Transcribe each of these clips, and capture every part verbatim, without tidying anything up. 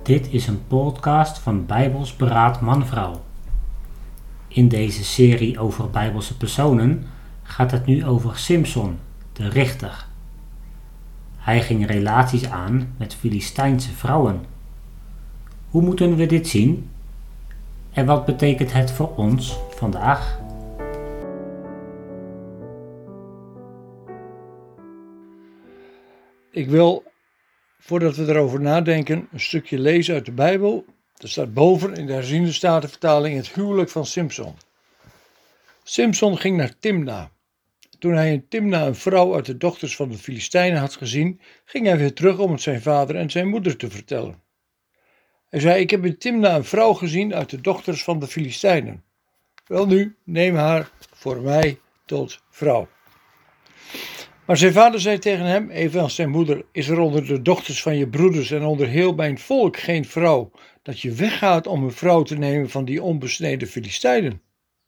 Dit is een podcast van Bijbels Beraad Man-Vrouw. In deze serie over Bijbelse personen gaat het nu over Simson, de richter. Hij ging relaties aan met Filistijnse vrouwen. Hoe moeten we dit zien? En wat betekent het voor ons vandaag? Ik wil, voordat we erover nadenken, een stukje lezen uit de Bijbel. Er staat boven in de herziende statenvertaling het huwelijk van Simson. Simson ging naar Timna. Toen hij in Timna een vrouw uit de dochters van de Filistijnen had gezien, ging hij weer terug om het zijn vader en zijn moeder te vertellen. Hij zei: ik heb in Timna een vrouw gezien uit de dochters van de Filistijnen. Welnu, neem haar voor mij tot vrouw. Maar zijn vader zei tegen hem, evenals zijn moeder: is er onder de dochters van je broeders en onder heel mijn volk geen vrouw, dat je weggaat om een vrouw te nemen van die onbesneden Filistijnen?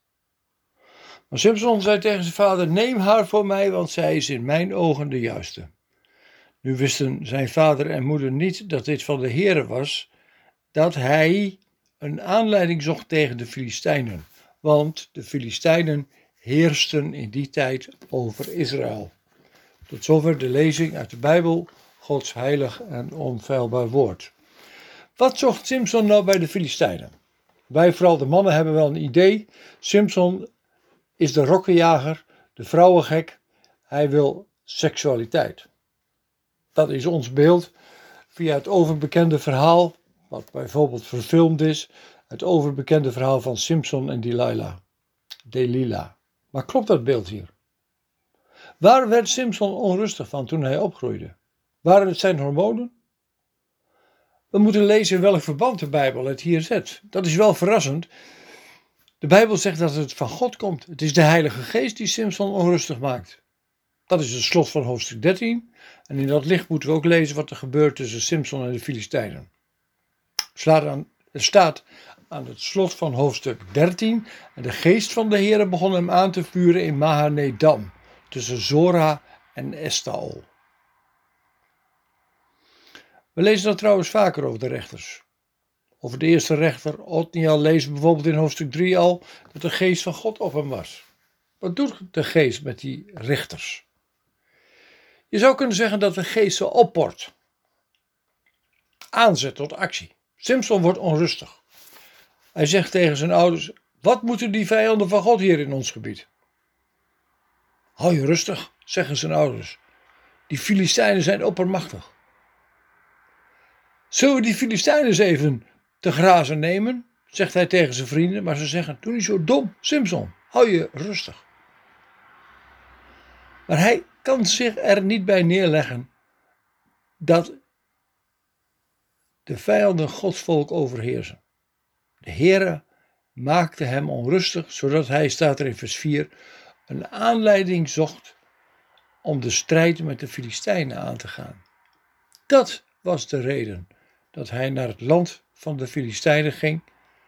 Maar Simson zei tegen zijn vader: neem haar voor mij, want zij is in mijn ogen de juiste. Nu wisten zijn vader en moeder niet dat dit van de Heere was, dat hij een aanleiding zocht tegen de Filistijnen, want de Filistijnen heersten in die tijd over Israël. Tot zover de lezing uit de Bijbel, Gods heilig en onfeilbaar woord. Wat zocht Simson nou bij de Filistijnen? Wij, vooral de mannen, hebben wel een idee. Simson is de rokkenjager, de vrouwengek. Hij wil seksualiteit. Dat is ons beeld via het overbekende verhaal, wat bijvoorbeeld verfilmd is, het overbekende verhaal van Simson en Delilah. Delilah. Maar klopt dat beeld hier? Waar werd Simson onrustig van toen hij opgroeide? Waren het zijn hormonen? We moeten lezen in welk verband de Bijbel het hier zet. Dat is wel verrassend. De Bijbel zegt dat het van God komt. Het is de Heilige Geest die Simson onrustig maakt. Dat is het slot van hoofdstuk dertien. En in dat licht moeten we ook lezen wat er gebeurt tussen Simson en de Filistijnen. Er staat aan het slot van hoofdstuk dertien. En de geest van de Heere begon hem aan te vuren in Mahanedam, tussen Zora en Estaol. We lezen dat trouwens vaker over de rechters. Over de eerste rechter, Otniel, lezen bijvoorbeeld in hoofdstuk drie al dat de geest van God op hem was. Wat doet de geest met die rechters? Je zou kunnen zeggen dat de geest ze opport. Aanzet tot actie. Simson wordt onrustig. Hij zegt tegen zijn ouders: wat moeten die vijanden van God hier in ons gebied? Hou je rustig, zeggen zijn ouders. Die Filistijnen zijn oppermachtig. Zullen we die Filistijnen eens even te grazen nemen? Zegt hij tegen zijn vrienden, maar ze zeggen: doe niet zo dom, Simson, hou je rustig. Maar hij kan zich er niet bij neerleggen dat de vijanden Gods volk overheersen. De Heere maakte hem onrustig, zodat hij, staat er in vers vier, een aanleiding zocht om de strijd met de Filistijnen aan te gaan. Dat was de reden dat hij naar het land van de Filistijnen ging.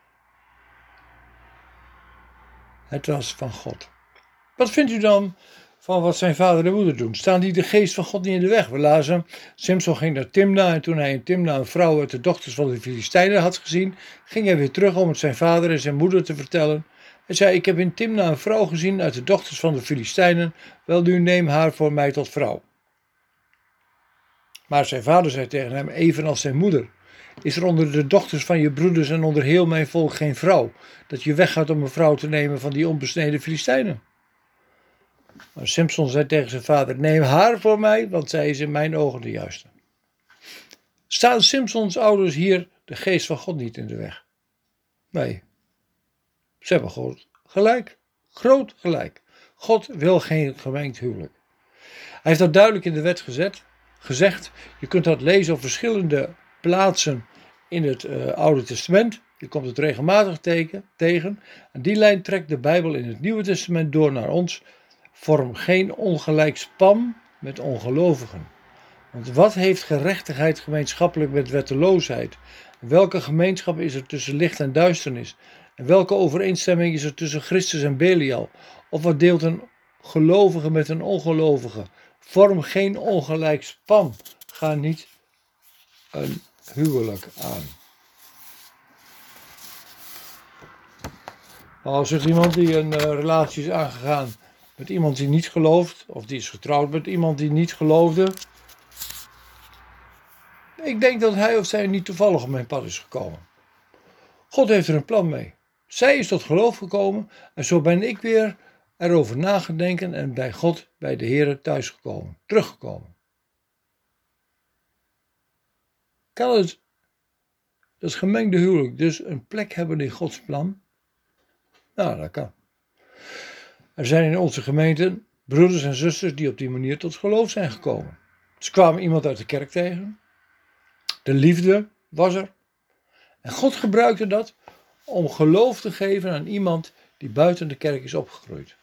Het was van God. Wat vindt u dan van wat zijn vader en moeder doen? Staan die de geest van God niet in de weg? We lazen: Simson ging naar Timna en toen hij in Timna een vrouw uit de dochters van de Filistijnen had gezien, ging hij weer terug om het zijn vader en zijn moeder te vertellen. Hij zei: ik heb in Timna een vrouw gezien uit de dochters van de Filistijnen. Welnu, neem haar voor mij tot vrouw. Maar zijn vader zei tegen hem, evenals zijn moeder: is er onder de dochters van je broeders en onder heel mijn volk geen vrouw, dat je weggaat om een vrouw te nemen van die onbesneden Filistijnen? Maar Simson zei tegen zijn vader: neem haar voor mij, want zij is in mijn ogen de juiste. Staan Simsons ouders hier de geest van God niet in de weg? Nee. Ze hebben God gelijk. Groot gelijk. God wil geen gemengd huwelijk. Hij heeft dat duidelijk in de wet gezet, gezegd. Je kunt dat lezen op verschillende plaatsen in het uh, Oude Testament. Je komt het regelmatig teken, tegen. En die lijn trekt de Bijbel in het Nieuwe Testament door naar ons. Vorm geen ongelijk span met ongelovigen. Want wat heeft gerechtigheid gemeenschappelijk met wetteloosheid? En welke gemeenschap is er tussen licht en duisternis? En welke overeenstemming is er tussen Christus en Belial? Of wat deelt een gelovige met een ongelovige? Vorm geen ongelijk span. Ga niet een huwelijk aan. Maar als er iemand die een uh, relatie is aangegaan met iemand die niet gelooft, of die is getrouwd met iemand die niet geloofde, ik denk dat hij of zij niet toevallig op mijn pad is gekomen. God heeft er een plan mee. Zij is tot geloof gekomen en zo ben ik weer erover nagedenken en bij God, bij de Heer thuisgekomen, teruggekomen. Kan het, dat gemengde huwelijk, dus een plek hebben in Gods plan? Nou, dat kan. Er zijn in onze gemeente broeders en zusters die op die manier tot geloof zijn gekomen. Ze kwamen iemand uit de kerk tegen. De liefde was er. En God gebruikte dat om geloof te geven aan iemand die buiten de kerk is opgegroeid.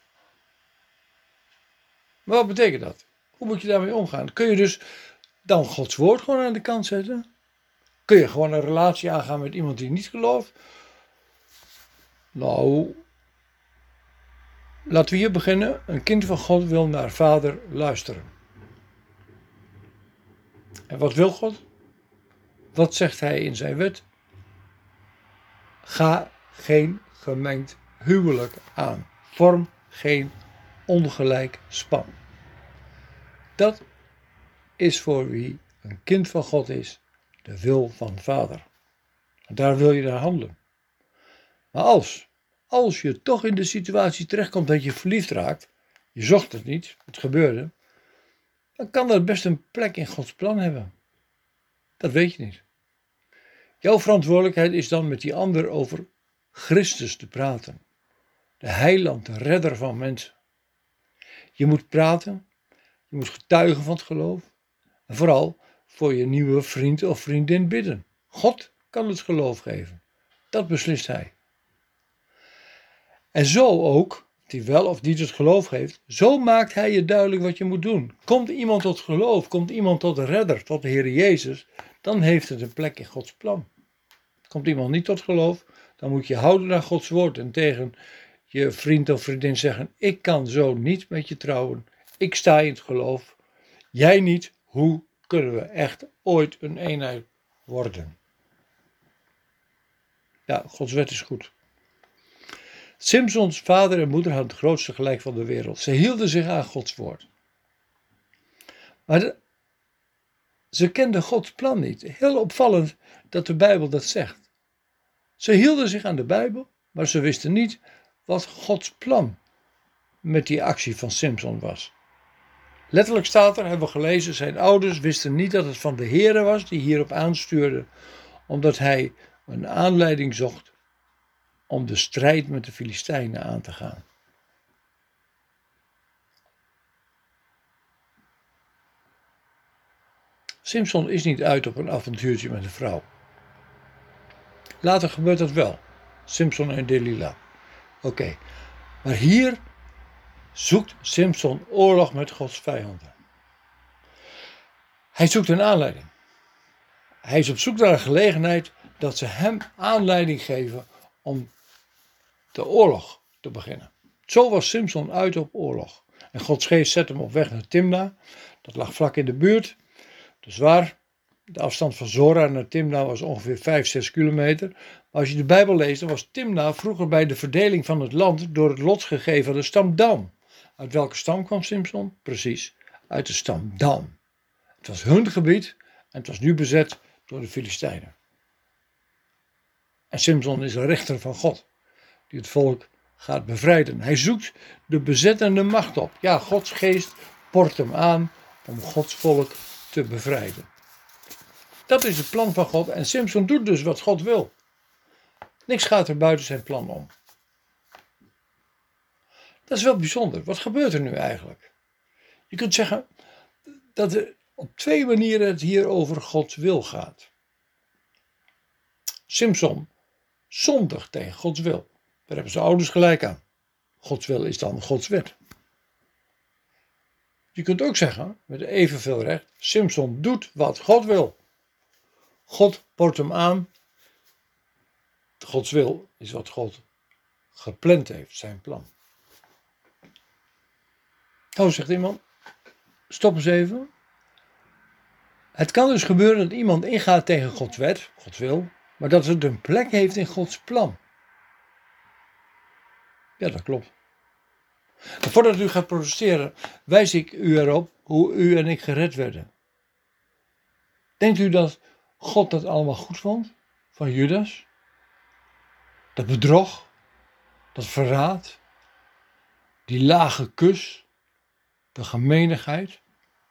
Maar wat betekent dat? Hoe moet je daarmee omgaan? Kun je dus dan Gods woord gewoon aan de kant zetten? Kun je gewoon een relatie aangaan met iemand die niet gelooft? Nou, laten we hier beginnen. Een kind van God wil naar vader luisteren. En wat wil God? Wat zegt hij in zijn wet? Ga geen gemengd huwelijk aan. Vorm geen ongelijk span. Dat is voor wie een kind van God is, de wil van vader. En daar wil je naar handelen. Maar als, als je toch in de situatie terechtkomt dat je verliefd raakt, je zocht het niet, het gebeurde, dan kan dat best een plek in Gods plan hebben. Dat weet je niet. Jouw verantwoordelijkheid is dan met die ander over Christus te praten. De heiland, de redder van mensen. Je moet praten, je moet getuigen van het geloof. En vooral voor je nieuwe vriend of vriendin bidden. God kan het geloof geven. Dat beslist hij. En zo ook, die wel of niet het geloof geeft, zo maakt hij je duidelijk wat je moet doen. Komt iemand tot geloof, komt iemand tot de redder, tot de Heer Jezus, dan heeft het een plek in Gods plan. Komt iemand niet tot geloof, dan moet je houden aan Gods woord en tegen je vriend of vriendin zeggen, ik kan zo niet met je trouwen, ik sta in het geloof, jij niet, hoe kunnen we echt ooit een eenheid worden? Ja, Gods wet is goed. Simsons vader en moeder hadden het grootste gelijk van de wereld. Ze hielden zich aan Gods woord. Maar de, ze kenden Gods plan niet. Heel opvallend dat de Bijbel dat zegt. Ze hielden zich aan de Bijbel, maar ze wisten niet wat Gods plan met die actie van Simson was. Letterlijk staat er, hebben we gelezen, zijn ouders wisten niet dat het van de Heere was die hierop aanstuurde, omdat hij een aanleiding zocht om de strijd met de Filistijnen aan te gaan. Simson is niet uit op een avontuurtje met een vrouw. Later gebeurt dat wel. Simson en Delila. Oké, okay. Maar hier zoekt Simson oorlog met Gods vijanden. Hij zoekt een aanleiding. Hij is op zoek naar een gelegenheid dat ze hem aanleiding geven om de oorlog te beginnen. Zo was Simson uit op oorlog. En Gods geest zet hem op weg naar Timna. Dat lag vlak in de buurt. Dus waar? De afstand van Zora naar Timna was ongeveer vijf, zes kilometer. Maar als je de Bijbel leest, dan was Timna vroeger bij de verdeling van het land door het lot gegeven aan de stam Dan. Uit welke stam kwam Simson? Precies, uit de stam Dan. Het was hun gebied en het was nu bezet door de Filistijnen. En Simson is een rechter van God, die het volk gaat bevrijden. Hij zoekt de bezettende macht op. Ja, Gods geest port hem aan om Gods volk te bevrijden. Dat is het plan van God en Simson doet dus wat God wil. Niks gaat er buiten zijn plan om. Dat is wel bijzonder. Wat gebeurt er nu eigenlijk? Je kunt zeggen dat er op twee manieren het hier over Gods wil gaat. Simson zondigt tegen Gods wil. Daar hebben zijn ouders gelijk aan. Gods wil is dan Gods wet. Je kunt ook zeggen, met evenveel recht, Simson doet wat God wil. God port hem aan. Gods wil is wat God gepland heeft, zijn plan. Oh, zegt iemand, stop eens even. Het kan dus gebeuren dat iemand ingaat tegen Gods wet, Gods wil, maar dat het een plek heeft in Gods plan. Ja, dat klopt. En voordat u gaat protesteren, wijs ik u erop hoe u en ik gered werden. Denkt u dat God dat allemaal goed vond? Van Judas? Dat bedrog? Dat verraad? Die lage kus? De gemeenigheid?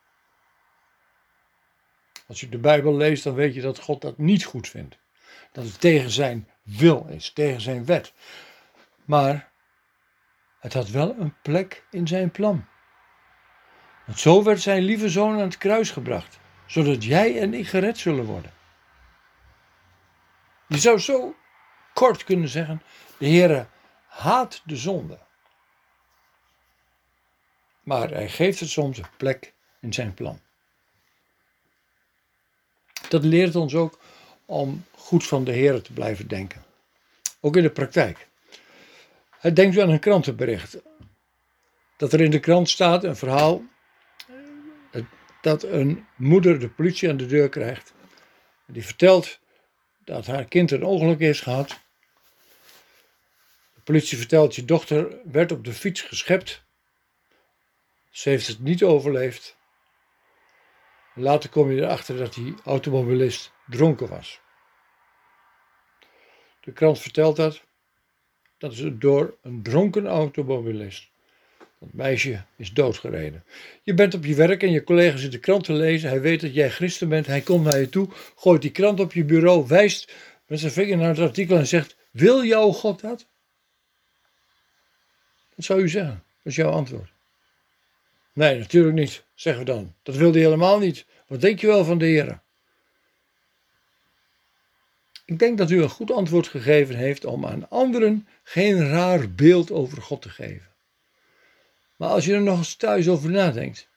Als u de Bijbel leest, dan weet je dat God dat niet goed vindt. Dat het tegen zijn wil is, tegen zijn wet. Maar het had wel een plek in zijn plan. Want zo werd zijn lieve zoon aan het kruis gebracht, zodat jij en ik gered zullen worden. Je zou zo kort kunnen zeggen, de Heere haat de zonde. Maar hij geeft het soms een plek in zijn plan. Dat leert ons ook om goed van de Heere te blijven denken. Ook in de praktijk. Denkt u aan een krantenbericht. Dat er in de krant staat een verhaal dat een moeder de politie aan de deur krijgt. Die vertelt dat haar kind een ongeluk heeft gehad. De politie vertelt, je dochter werd op de fiets geschept. Ze heeft het niet overleefd. Later kom je erachter dat die automobilist dronken was. De krant vertelt dat. Dat is door een dronken automobilist. Dat meisje is doodgereden. Je bent op je werk en je collega zit de krant te lezen. Hij weet dat jij christen bent. Hij komt naar je toe, gooit die krant op je bureau, wijst met zijn vinger naar het artikel en zegt, wil jouw God dat? Wat zou u zeggen? Dat is jouw antwoord. Nee, natuurlijk niet, zeggen we dan. Dat wilde hij helemaal niet. Wat denk je wel van de Heer? Ik denk dat u een goed antwoord gegeven heeft om aan anderen geen raar beeld over God te geven. Maar als je er nog eens thuis over nadenkt,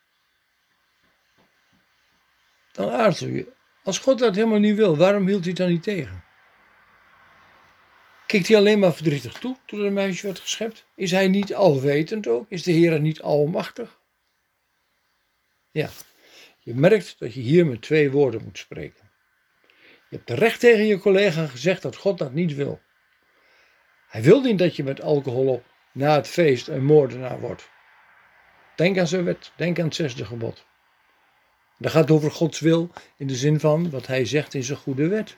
dan aarzel je. Als God dat helemaal niet wil, waarom hield hij het dan niet tegen? Kijkt hij alleen maar verdrietig toe toen er een meisje werd geschept? Is hij niet alwetend ook? Is de Heer niet almachtig? Ja, je merkt dat je hier met twee woorden moet spreken. Je hebt terecht tegen je collega gezegd dat God dat niet wil. Hij wil niet dat je met alcohol op na het feest een moordenaar wordt. Denk aan zijn wet, denk aan het zesde gebod. Dat gaat over Gods wil in de zin van wat hij zegt in zijn goede wet.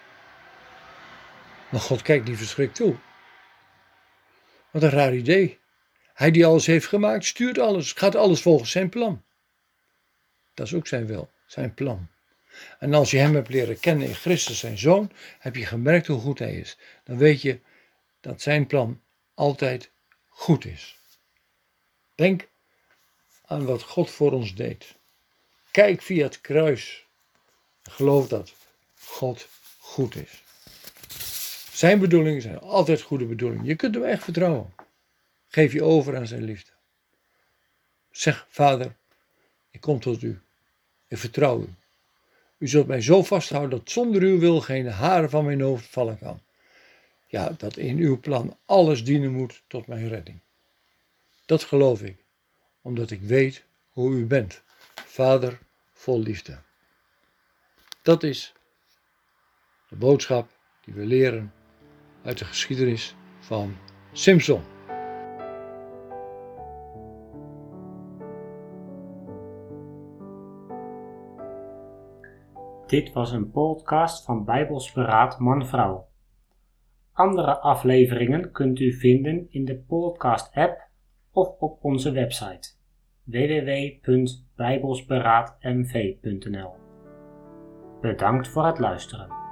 Maar God kijkt niet verschrikt toe. Wat een raar idee. Hij die alles heeft gemaakt, stuurt alles, gaat alles volgens zijn plan. Dat is ook zijn wil, zijn plan. En als je hem hebt leren kennen in Christus zijn Zoon, heb je gemerkt hoe goed hij is. Dan weet je dat zijn plan altijd goed is. Denk aan wat God voor ons deed. Kijk via het kruis. Geloof dat God goed is. Zijn bedoelingen zijn altijd goede bedoelingen. Je kunt hem echt vertrouwen. Geef je over aan zijn liefde. Zeg, Vader, ik kom tot u. Ik vertrouw u. U zult mij zo vasthouden dat zonder uw wil geen haar van mijn hoofd vallen kan. Ja, dat in uw plan alles dienen moet tot mijn redding. Dat geloof ik, omdat ik weet hoe u bent. Vader vol liefde. Dat is de boodschap die we leren uit de geschiedenis van Simson. Dit was een podcast van Bijbels Beraad Man-Vrouw. Andere afleveringen kunt u vinden in de podcast-app of op onze website w w w punt bijbelsberaadmv punt n l. Bedankt voor het luisteren.